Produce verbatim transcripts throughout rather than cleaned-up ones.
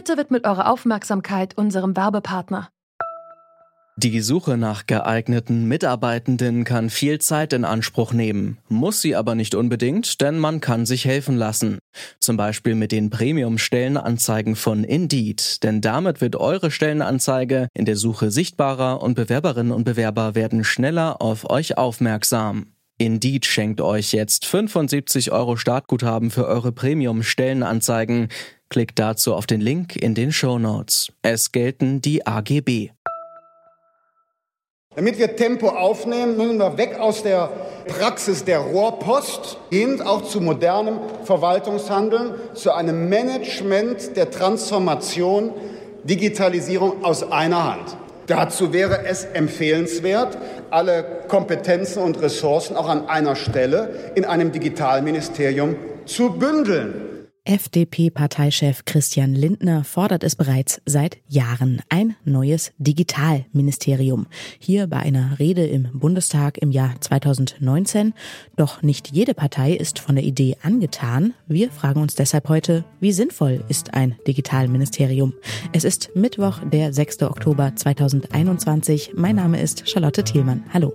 Bitte widmet eure Aufmerksamkeit unserem Werbepartner. Die Suche nach geeigneten Mitarbeitenden kann viel Zeit in Anspruch nehmen, muss sie aber nicht unbedingt, denn man kann sich helfen lassen. Zum Beispiel mit den Premium-Stellenanzeigen von Indeed, denn damit wird eure Stellenanzeige in der Suche sichtbarer und Bewerberinnen und Bewerber werden schneller auf euch aufmerksam. Indeed schenkt euch jetzt fünfundsiebzig Euro Startguthaben für eure Premium-Stellenanzeigen. Klickt dazu auf den Link in den Shownotes. Es gelten die A G B. Damit wir Tempo aufnehmen, müssen wir weg aus der Praxis der Rohrpost hin auch zu modernem Verwaltungshandeln, zu einem Management der Transformation, Digitalisierung aus einer Hand. Dazu wäre es empfehlenswert, alle Kompetenzen und Ressourcen auch an einer Stelle in einem Digitalministerium zu bündeln. F D P-Parteichef Christian Lindner fordert es bereits seit Jahren, ein neues Digitalministerium. Hier bei einer Rede im Bundestag im Jahr zweitausendneunzehn. Doch nicht jede Partei ist von der Idee angetan. Wir fragen uns deshalb heute, wie sinnvoll ist ein Digitalministerium? Es ist Mittwoch, der sechster Oktober zweitausendeinundzwanzig. Mein Name ist Charlotte Thielmann. Hallo.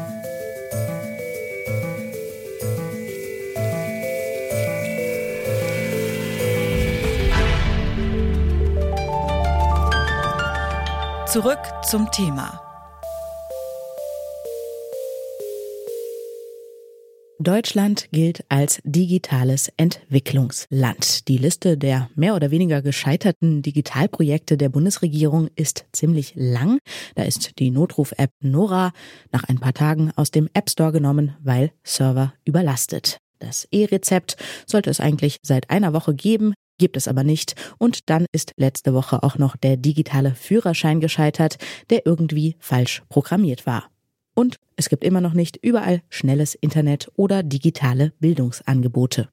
Zurück zum Thema. Deutschland gilt als digitales Entwicklungsland. Die Liste der mehr oder weniger gescheiterten Digitalprojekte der Bundesregierung ist ziemlich lang. Da ist die Notruf-App Nora nach ein paar Tagen aus dem App Store genommen, weil Server überlastet. Das E-Rezept sollte es eigentlich seit einer Woche geben, gibt es aber nicht. Und dann ist letzte Woche auch noch der digitale Führerschein gescheitert, der irgendwie falsch programmiert war. Und es gibt immer noch nicht überall schnelles Internet oder digitale Bildungsangebote.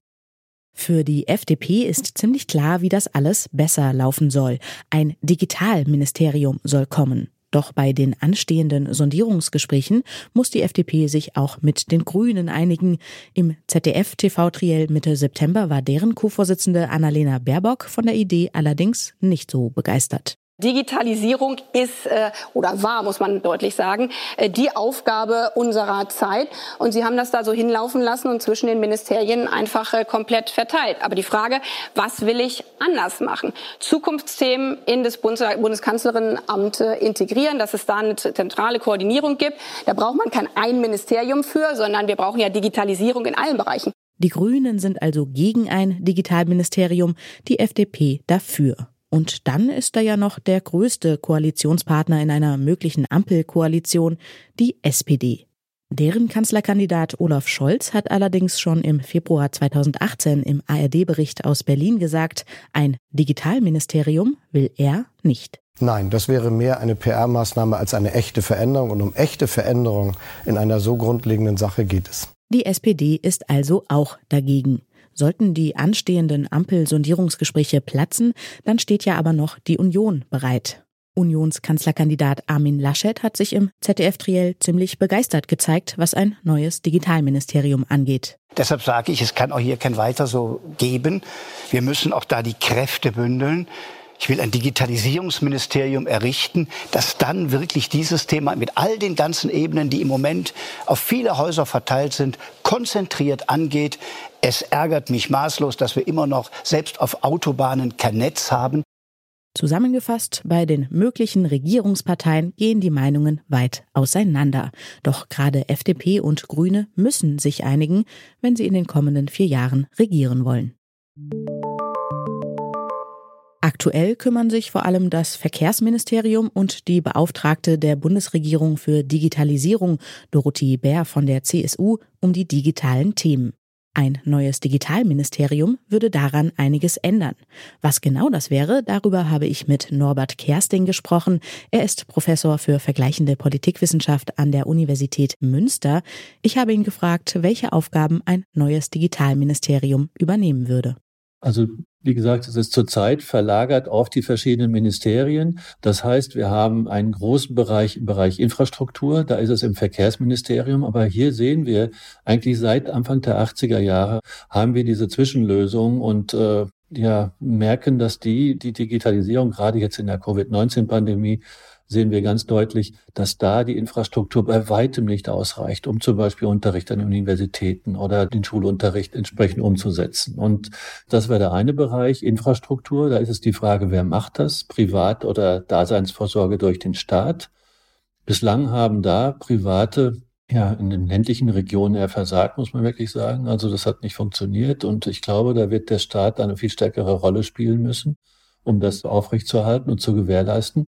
Für die F D P ist ziemlich klar, wie das alles besser laufen soll. Ein Digitalministerium soll kommen. Doch bei den anstehenden Sondierungsgesprächen muss die F D P sich auch mit den Grünen einigen. Im Z D F-T V-Triell Mitte September war deren Co-Vorsitzende Annalena Baerbock von der Idee allerdings nicht so begeistert. Digitalisierung ist äh, oder war, muss man deutlich sagen, äh, die Aufgabe unserer Zeit. Und Sie haben das da so hinlaufen lassen und zwischen den Ministerien einfach äh, komplett verteilt. Aber die Frage, was will ich anders machen? Zukunftsthemen in das Bundes- Bundeskanzlerinnenamt äh, integrieren, dass es da eine zentrale Koordinierung gibt. Da braucht man kein ein Ministerium für, sondern wir brauchen ja Digitalisierung in allen Bereichen. Die Grünen sind also gegen ein Digitalministerium, die F D P dafür. Und dann ist da ja noch der größte Koalitionspartner in einer möglichen Ampelkoalition, die S P D. Deren Kanzlerkandidat Olaf Scholz hat allerdings schon im Februar zweitausendachtzehn im A R D-Bericht aus Berlin gesagt, ein Digitalministerium will er nicht. Nein, das wäre mehr eine P R-Maßnahme als eine echte Veränderung. Und um echte Veränderung in einer so grundlegenden Sache geht es. Die S P D ist also auch dagegen. Sollten die anstehenden Ampel-Sondierungsgespräche platzen, dann steht ja aber noch die Union bereit. Unionskanzlerkandidat Armin Laschet hat sich im Z D F-Triell ziemlich begeistert gezeigt, was ein neues Digitalministerium angeht. Deshalb sage ich, es kann auch hier kein Weiter so geben. Wir müssen auch da die Kräfte bündeln. Ich will ein Digitalisierungsministerium errichten, das dann wirklich dieses Thema mit all den ganzen Ebenen, die im Moment auf viele Häuser verteilt sind, konzentriert angeht. Es ärgert mich maßlos, dass wir immer noch selbst auf Autobahnen kein Netz haben. Zusammengefasst, bei den möglichen Regierungsparteien gehen die Meinungen weit auseinander. Doch gerade F D P und Grüne müssen sich einigen, wenn sie in den kommenden vier Jahren regieren wollen. Aktuell kümmern sich vor allem das Verkehrsministerium und die Beauftragte der Bundesregierung für Digitalisierung, Dorothee Bär von der C S U, um die digitalen Themen. Ein neues Digitalministerium würde daran einiges ändern. Was genau das wäre, darüber habe ich mit Norbert Kersting gesprochen. Er ist Professor für vergleichende Politikwissenschaft an der Universität Münster. Ich habe ihn gefragt, welche Aufgaben ein neues Digitalministerium übernehmen würde. Also wie gesagt, es ist zurzeit verlagert auf die verschiedenen Ministerien. Das heißt, wir haben einen großen Bereich im Bereich Infrastruktur, da ist es im Verkehrsministerium. Aber hier sehen wir eigentlich seit Anfang der achtziger Jahre haben wir diese Zwischenlösung und äh, ja merken, dass die, die Digitalisierung, gerade jetzt in der Covid neunzehn Pandemie, sehen wir ganz deutlich, dass da die Infrastruktur bei weitem nicht ausreicht, um zum Beispiel Unterricht an Universitäten oder den Schulunterricht entsprechend umzusetzen. Und das wäre der eine Bereich, Infrastruktur. Da ist es die Frage, wer macht das, Privat- oder Daseinsvorsorge durch den Staat. Bislang haben da Private ja in den ländlichen Regionen eher versagt, muss man wirklich sagen. Also das hat nicht funktioniert. Und ich glaube, da wird der Staat eine viel stärkere Rolle spielen müssen, um das aufrechtzuerhalten und zu gewährleisten.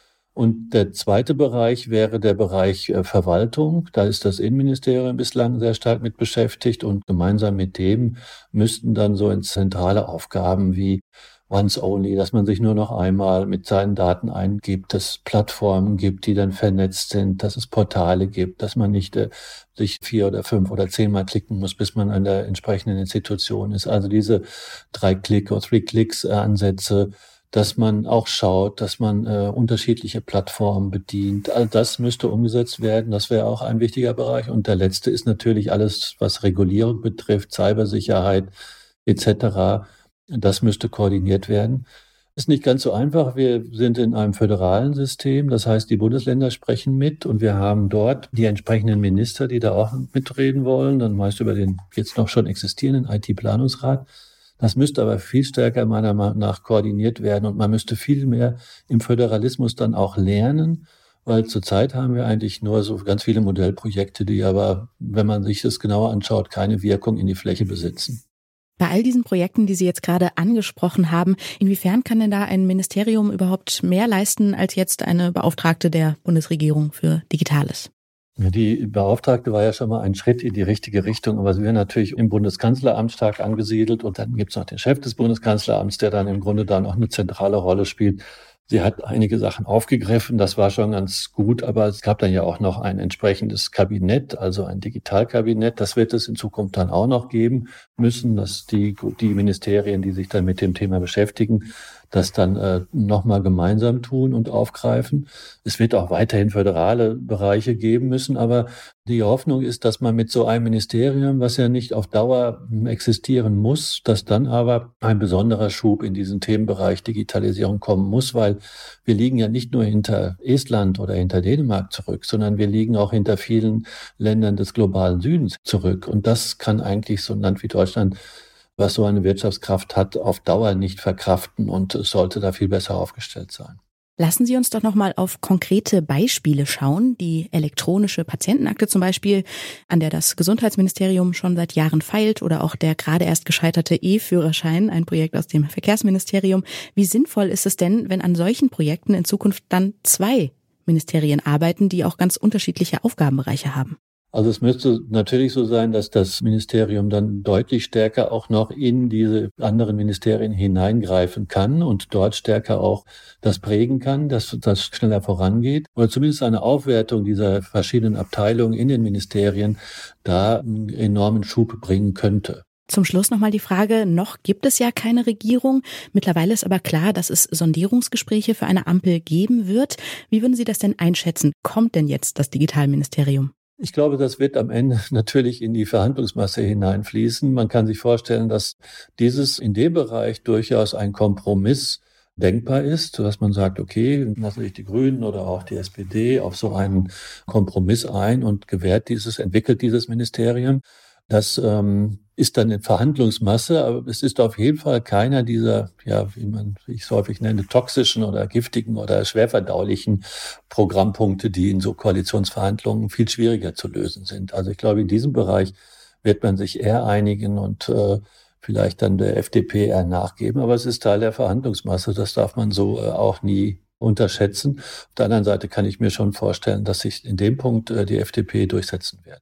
Und der zweite Bereich wäre der Bereich äh, Verwaltung. Da ist das Innenministerium bislang sehr stark mit beschäftigt und gemeinsam mit dem müssten dann so in zentrale Aufgaben wie Once Only, dass man sich nur noch einmal mit seinen Daten eingibt, dass es Plattformen gibt, die dann vernetzt sind, dass es Portale gibt, dass man nicht äh, sich vier oder fünf oder zehnmal klicken muss, bis man an der entsprechenden Institution ist. Also diese drei Klick- oder Three-Clicks-Ansätze, dass man auch schaut, dass man äh, unterschiedliche Plattformen bedient. All das müsste umgesetzt werden. Das wäre auch ein wichtiger Bereich. Und der letzte ist natürlich alles, was Regulierung betrifft, Cybersicherheit et cetera. Das müsste koordiniert werden. Ist nicht ganz so einfach. Wir sind in einem föderalen System. Das heißt, die Bundesländer sprechen mit und wir haben dort die entsprechenden Minister, die da auch mitreden wollen. Dann meist über den jetzt noch schon existierenden I T-Planungsrat. Das müsste aber viel stärker meiner Meinung nach koordiniert werden und man müsste viel mehr im Föderalismus dann auch lernen, weil zurzeit haben wir eigentlich nur so ganz viele Modellprojekte, die aber, wenn man sich das genauer anschaut, keine Wirkung in die Fläche besitzen. Bei all diesen Projekten, die Sie jetzt gerade angesprochen haben, inwiefern kann denn da ein Ministerium überhaupt mehr leisten als jetzt eine Beauftragte der Bundesregierung für Digitales? Ja, die Beauftragte war ja schon mal ein Schritt in die richtige Richtung, aber sie wäre natürlich im Bundeskanzleramt stark angesiedelt und dann gibt es noch den Chef des Bundeskanzleramts, der dann im Grunde dann auch eine zentrale Rolle spielt. Sie hat einige Sachen aufgegriffen, das war schon ganz gut, aber es gab dann ja auch noch ein entsprechendes Kabinett, also ein Digitalkabinett. Das wird es in Zukunft dann auch noch geben müssen, dass die, die Ministerien, die sich dann mit dem Thema beschäftigen, das dann äh, nochmal gemeinsam tun und aufgreifen. Es wird auch weiterhin föderale Bereiche geben müssen, aber die Hoffnung ist, dass man mit so einem Ministerium, was ja nicht auf Dauer existieren muss, dass dann aber ein besonderer Schub in diesen Themenbereich Digitalisierung kommen muss, weil wir liegen ja nicht nur hinter Estland oder hinter Dänemark zurück, sondern wir liegen auch hinter vielen Ländern des globalen Südens zurück. Und das kann eigentlich so ein Land wie Deutschland, was so eine Wirtschaftskraft hat, auf Dauer nicht verkraften und es sollte da viel besser aufgestellt sein. Lassen Sie uns doch noch mal auf konkrete Beispiele schauen. Die elektronische Patientenakte zum Beispiel, an der das Gesundheitsministerium schon seit Jahren feilt, oder auch der gerade erst gescheiterte E-Führerschein, ein Projekt aus dem Verkehrsministerium. Wie sinnvoll ist es denn, wenn an solchen Projekten in Zukunft dann zwei Ministerien arbeiten, die auch ganz unterschiedliche Aufgabenbereiche haben? Also es müsste natürlich so sein, dass das Ministerium dann deutlich stärker auch noch in diese anderen Ministerien hineingreifen kann und dort stärker auch das prägen kann, dass das schneller vorangeht. Oder zumindest eine Aufwertung dieser verschiedenen Abteilungen in den Ministerien da einen enormen Schub bringen könnte. Zum Schluss nochmal die Frage, noch gibt es ja keine Regierung. Mittlerweile ist aber klar, dass es Sondierungsgespräche für eine Ampel geben wird. Wie würden Sie das denn einschätzen? Kommt denn jetzt das Digitalministerium? Ich glaube, das wird am Ende natürlich in die Verhandlungsmasse hineinfließen. Man kann sich vorstellen, dass dieses in dem Bereich durchaus ein Kompromiss denkbar ist, dass man sagt, okay, lassen sich die Grünen oder auch die S P D auf so einen Kompromiss ein und gewährt dieses, entwickelt dieses Ministerium. Das ähm, ist dann in Verhandlungsmasse, aber es ist auf jeden Fall keiner dieser, ja, wie man wie ich es häufig nenne, toxischen oder giftigen oder schwerverdaulichen Programmpunkte, die in so Koalitionsverhandlungen viel schwieriger zu lösen sind. Also ich glaube, in diesem Bereich wird man sich eher einigen und äh, vielleicht dann der F D P eher nachgeben. Aber es ist Teil der Verhandlungsmasse, das darf man so äh, auch nie unterschätzen. Auf der anderen Seite kann ich mir schon vorstellen, dass sich in dem Punkt äh, die F D P durchsetzen wird.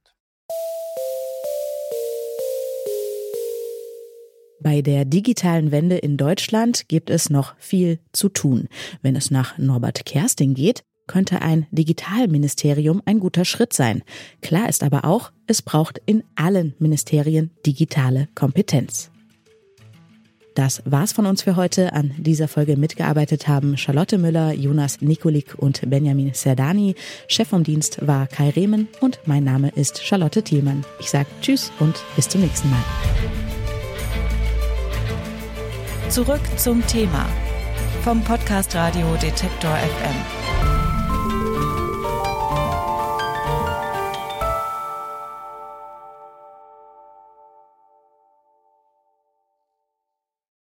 Bei der digitalen Wende in Deutschland gibt es noch viel zu tun. Wenn es nach Norbert Kersting geht, könnte ein Digitalministerium ein guter Schritt sein. Klar ist aber auch, es braucht in allen Ministerien digitale Kompetenz. Das war's von uns für heute. An dieser Folge mitgearbeitet haben Charlotte Müller, Jonas Nikolik und Benjamin Serdani. Chef vom Dienst war Kai Rehmen und mein Name ist Charlotte Thielmann. Ich sage Tschüss und bis zum nächsten Mal. Zurück zum Thema vom Podcast Radio Detektor F M.